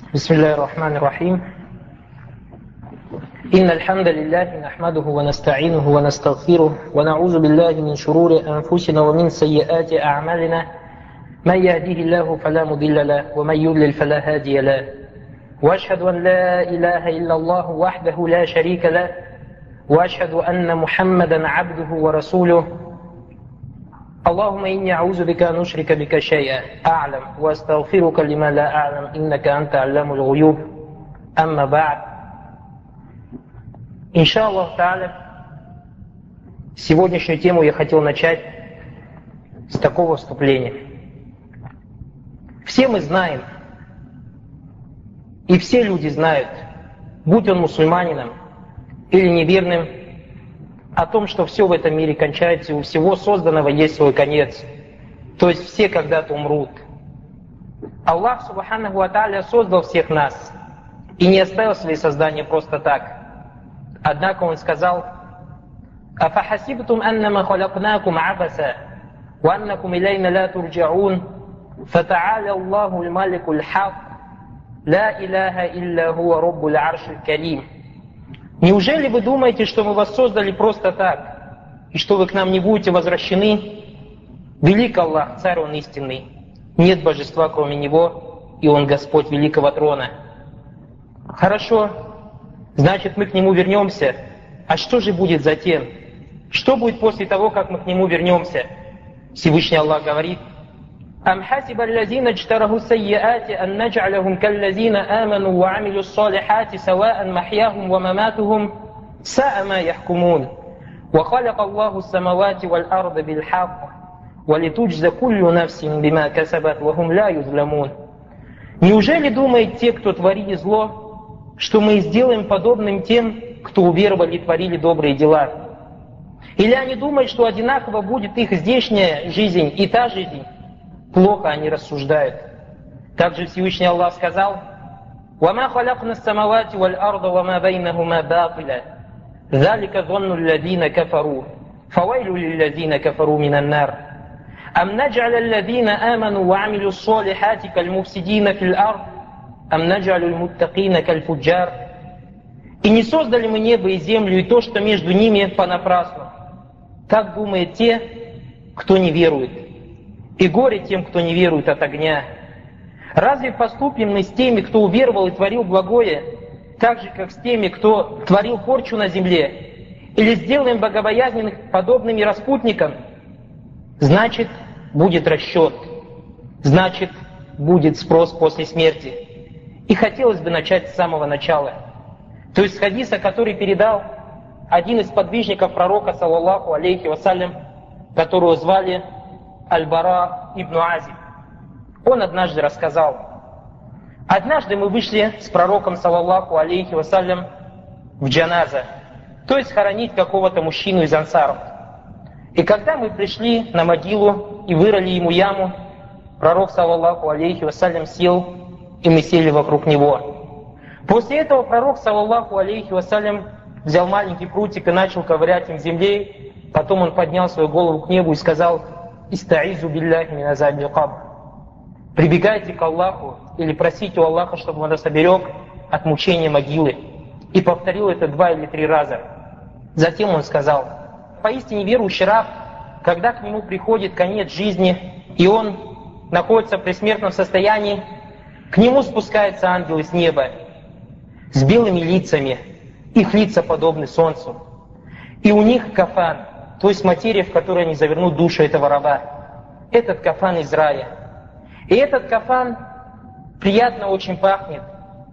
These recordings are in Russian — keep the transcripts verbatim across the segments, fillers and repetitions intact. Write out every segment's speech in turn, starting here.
بسم الله الرحمن الرحيم إن الحمد لله نحمده ونستعينه ونستغفره ونعوذ بالله من شرور أنفسنا ومن سيئات أعمالنا من يهديه الله فلا مضل له ومن يضلل فلا هادي له وأشهد أن لا إله إلا الله وحده لا شريك له وأشهد أن محمدا عبده ورسوله اللهم إني أعوذ بك أن أشرك بك شيئا أعلم وأستغفرك لما لا أعلم إنك أنت علام الغيوب أما بعد Иншаллах Тааля, сегодняшнюю тему я хотел начать с такого вступления. Все мы знаем, и все люди знают, будь он мусульманином или неверным, о том, что все в этом мире кончается, и у всего созданного есть свой конец. То есть все когда-то умрут. Аллах Субханаху ва Тааля создал всех нас и не оставил свои создания просто так. Однако Он сказал: «Афахасибтум аннама халакнакум абаса, ва аннакум илейна ла турджаун, фатааля Аллаху аль-малику аль-хак, ла илляха илля хуа раббуль аршиль карим». Неужели вы думаете, что мы вас создали просто так, и что вы к нам не будете возвращены? Велик Аллах, Царь Он истинный, нет божества кроме Него, и Он Господь великого трона. Хорошо, значит мы к Нему вернемся. А что же будет затем? Что будет после того, как мы к Нему вернемся? Всевышний Аллах говорит: «Ам хасиба аллазина джтараху сайяати ан надж'алахум каллазина аману ва амилу ссалихати саваан махьяхум ва маматухум саа ма яхкумун. Ва халака Аллаху ссамавати валь арда бил хак, ва литуджза куллю нафсин бима касабат ва хум ла юзламун». Неужели думает те, кто творили зло, что мы сделаем подобным тем, кто уверовали и творили добрые дела? Или они думают, что одинаково будет их здешняя жизнь и та жизнь? Плохо они рассуждают. Также Всевышний Аллах сказал: «Вама халакна ссамавати валь арда вама байнахума батиля, залика зонну аллазина кафару, фавайлю лиллазина кафару минан нар. Ам надж'аля аллазина аману ва амилу ссалихати каль муфсидина фил ард, ам надж'алю аль-муттакина каль фуджар». И не создали мы небо и землю и то, что между ними, понапрасну. Так думают те, кто не верует. И горе тем, кто не верует от огня. Разве поступим мы с теми, кто уверовал и творил благое, так же, как с теми, кто творил порчу на земле? Или сделаем богобоязненных подобными распутникам? Значит, будет расчет. Значит, будет спрос после смерти. И хотелось бы начать с самого начала. То есть с хадиса, который передал один из подвижников пророка, саллаллаху алейхи вассалям, которого звали Аль-Бара ибн Азиб. Он однажды рассказал: однажды мы вышли с пророком, саллаллаху алейхи вассалям, в джаназа, то есть хоронить какого-то мужчину из ансаров. И когда мы пришли на могилу и вырыли ему яму, пророк, саллаллаху алейхи вассалям, сел, и мы сели вокруг него. После этого пророк, саллаллаху алейхи вассалям, взял маленький прутик и начал ковырять им в земле. Потом он поднял свою голову к небу и сказал: «Истаизу билляхи мин азабил кабр». Прибегайте к Аллаху или просите у Аллаха, чтобы Он нас оберег от мучения могилы. И повторил это два или три раза. Затем он сказал: поистине верующий раб, когда к нему приходит конец жизни, и он находится в предсмертном состоянии, к нему спускаются ангелы с неба с белыми лицами, их лица подобны солнцу. И у них кафан, то есть материя, в которой они завернут душу этого раба. Этот кафан из рая. И этот кафан приятно очень пахнет.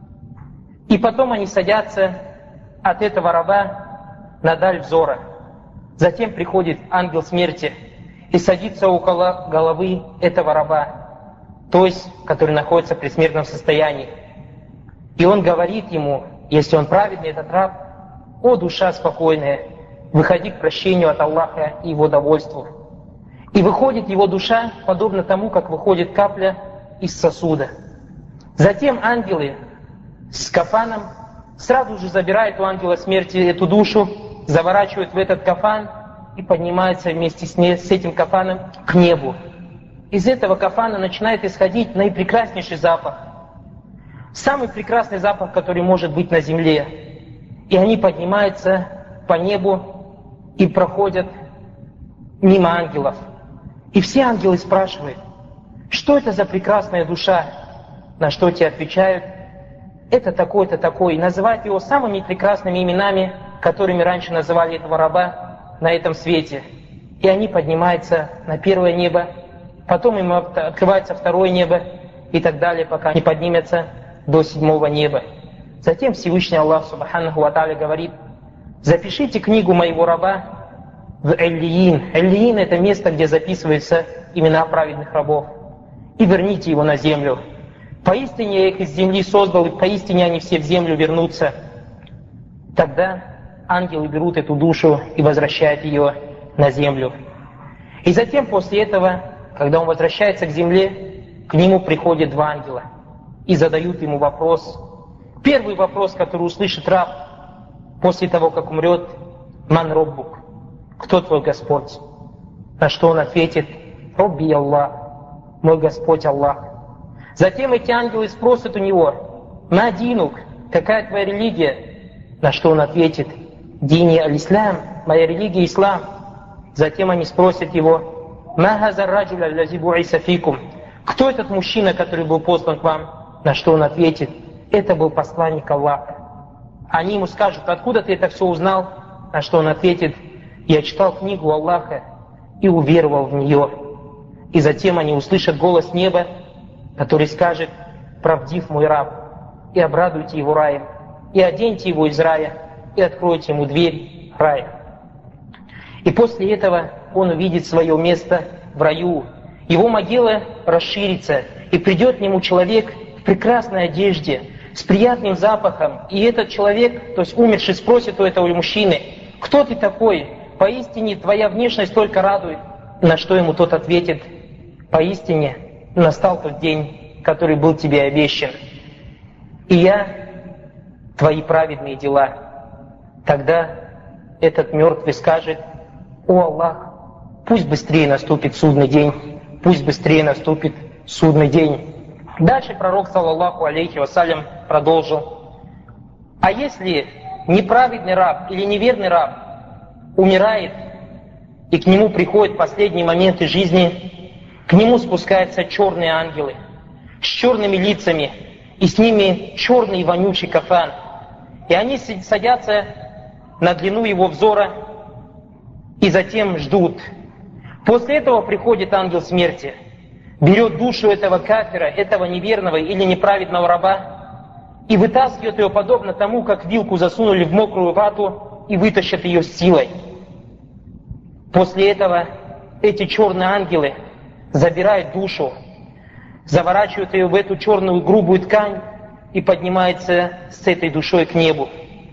И потом они садятся от этого раба на даль взора. Затем приходит ангел смерти и садится около головы этого раба, то есть, который находится в предсмертном состоянии. И он говорит ему, если он праведный, этот раб: «О, душа спокойная, выходи к прощению от Аллаха и Его довольству». И выходит его душа, подобно тому, как выходит капля из сосуда. Затем ангелы с кафаном сразу же забирают у ангела смерти эту душу, заворачивают в этот кафан и поднимаются вместе с, ней, с этим кафаном к небу. Из этого кафана начинает исходить наипрекраснейший запах. самый прекрасный запах, который может быть на земле. И они поднимаются по небу и проходят мимо ангелов. И все ангелы спрашивают: что это за прекрасная душа? На что те отвечают: это такой-то такой. И называют его самыми прекрасными именами, которыми раньше называли этого раба на этом свете. И они поднимаются на первое небо, потом им открывается второе небо и так далее, пока не поднимется до седьмого неба. Затем Всевышний Аллах Субханаху ва Тааля говорит: запишите книгу моего раба в Эллиин. Эллиин — это место, где записываются имена праведных рабов. И верните его на землю. Поистине я их из земли создал, и поистине они все в землю вернутся. Тогда ангелы берут эту душу и возвращают ее на землю. И затем после этого, когда он возвращается к земле, к нему приходят два ангела и задают ему вопрос. Первый вопрос, который услышит раб после того, как умрет: «Ман роббук?» «Кто твой Господь?» На что он ответит: «Робби Аллах», «Мой Господь Аллах». Затем эти ангелы спросят у него: «Ма динук?» «Какая твоя религия?» На что он ответит: «Дини аль-Ислам», «Моя религия Ислам». Затем они спросят его: «Ма хаза раджуль аллази буиса фикум?» «Кто этот мужчина, который был послан к вам?» На что он ответит: «Это был посланник Аллаха». Они ему скажут: «Откуда ты это все узнал?» На что он ответит: «Я читал книгу Аллаха и уверовал в нее». И затем они услышат голос неба, который скажет: «Правдив мой раб, и обрадуйте его раем, и оденьте его из рая, и откройте ему дверь рая». И после этого он увидит свое место в раю. Его могила расширится, и придет к нему человек в прекрасной одежде, с приятным запахом. И этот человек, то есть умерший, спросит у этого мужчины: «Кто ты такой? Поистине твоя внешность только радует». На что ему тот ответит: «Поистине настал тот день, который был тебе обещан, и я твои праведные дела». Тогда этот мертвый скажет: «О Аллах, пусть быстрее наступит судный день, пусть быстрее наступит судный день». Дальше пророк, саллаллаху алейхи вассалям, продолжил: а если неправедный раб или неверный раб умирает, и к нему приходят последние моменты жизни, к нему спускаются черные ангелы с черными лицами, и с ними черный вонючий кафан. И они садятся на длину его взора и затем ждут. После этого приходит ангел смерти, берет душу этого кафира, этого неверного или неправедного раба и вытаскивает ее подобно тому, как вилку засунули в мокрую вату и вытащат ее с силой. После этого эти черные ангелы забирают душу, заворачивают ее в эту черную грубую ткань и поднимаются с этой душой к небу.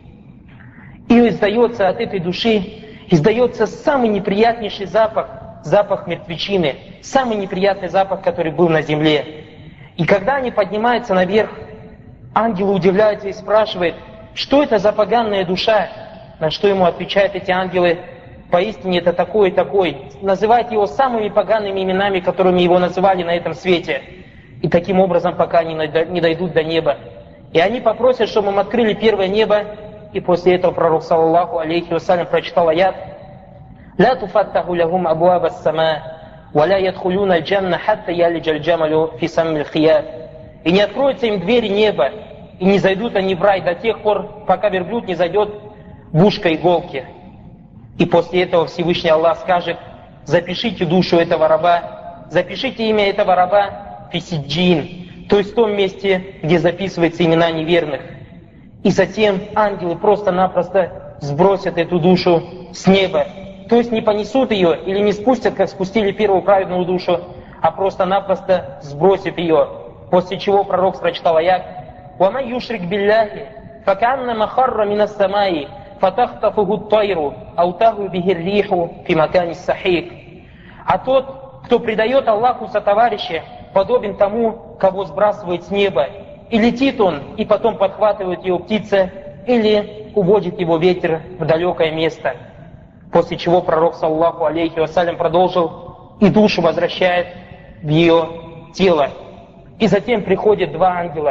И издается от этой души, издается самый неприятнейший запах, запах мертвечины, самый неприятный запах, который был на земле. И когда они поднимаются наверх, ангелы удивляются и спрашивают: что это за поганая душа? На что ему отвечают эти ангелы: поистине это такой и такой. Называют его самыми погаными именами, которыми его называли на этом свете. И таким образом, пока они не дойдут до неба. И они попросят, чтобы им открыли первое небо. И после этого пророк, саллаллаху алейхи вассалям, прочитал аят: «Ла туфаттаху лахум абуаба ас-сама, ва ла ядхулюна аль-джанна хатта ялиджа аль-джамалю фи самми аль-хият». И не откроются им двери неба, и не зайдут они в рай до тех пор, пока верблюд не зайдет в ушко иголки. И после этого Всевышний Аллах скажет: запишите душу этого раба, запишите имя этого раба фи сиджин, то есть в том месте, где записываются имена неверных. И затем ангелы просто-напросто сбросят эту душу с неба. То есть не понесут ее или не спустят, как спустили первую праведную душу, а просто-напросто сбросят ее. После чего пророк прочитал аят: «Ваман юшрик билляхи, факаннама харра минас самаи, фатахтафуху тайру, аутаху бихирриху фи макани сахик». А тот, кто предает Аллаху сотоварища, подобен тому, кого сбрасывает с неба. И летит он, и потом подхватывает его птица, или уводит его ветер в далекое место. После чего пророк, саллаллаху алейхи вассалям, продолжил: и душу возвращает в ее тело. И затем приходят два ангела,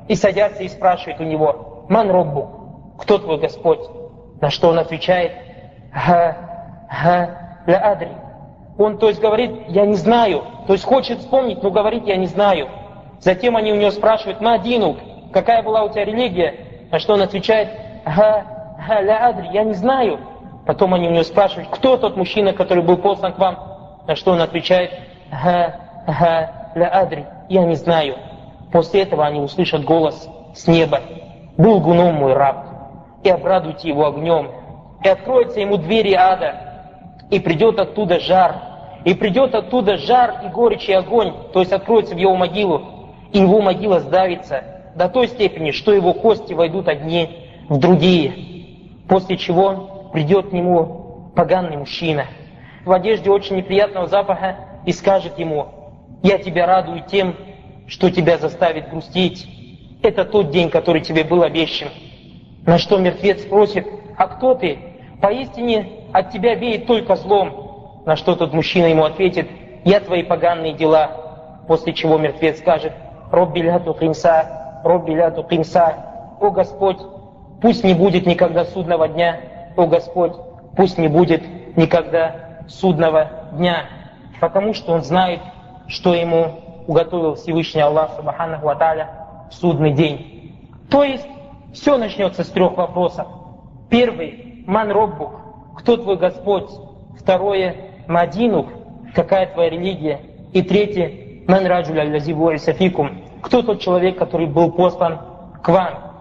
и садятся и спрашивают у него: «Ман роббу?» «Кто твой Господь?» На что он отвечает: «Ха, ха, ля адри». Он, то есть, говорит: «Я не знаю». То есть, хочет вспомнить, но говорит: «Я не знаю». Затем они у него спрашивают: «Ма динук?» «Какая была у тебя религия?» На что он отвечает: «Ха, ха, ля адри». «Я не знаю». Потом они у него спрашивают: «Кто тот мужчина, который был послан к вам?» На что он отвечает: «Ха, ха, ля адри». «Я не знаю». После этого они услышат голос с неба: «Был гуном мой раб, и обрадуйте его огнем, и откроются ему двери ада, и придет оттуда жар, и придет оттуда жар и горечь и огонь», то есть откроется в его могилу, и его могила сдавится до той степени, что его кости войдут одни в другие, после чего придет к нему поганый мужчина в одежде очень неприятного запаха и скажет ему: «Я тебя радую тем, что тебя заставит грустить. Это тот день, который тебе был обещан». На что мертвец спросит: «А кто ты? Поистине от тебя веет только злом». На что тот мужчина ему ответит: «Я твои поганые дела». После чего мертвец скажет: «Робби ля туқимса, Робби ля туқимса». «О Господь, пусть не будет никогда судного дня, о Господь, пусть не будет никогда судного дня». Потому что он знает, что ему уготовил Всевышний Аллах Субханаху ва Тааля в судный день. То есть, все начнется с трех вопросов. Первый: «Ман роббук?» «Кто твой Господь?» Второе: «Ма динук?» «Какая твоя религия?» И третье: «Ман раджуль аллази бу'иса фикум?» «Кто тот человек, который был послан к вам?»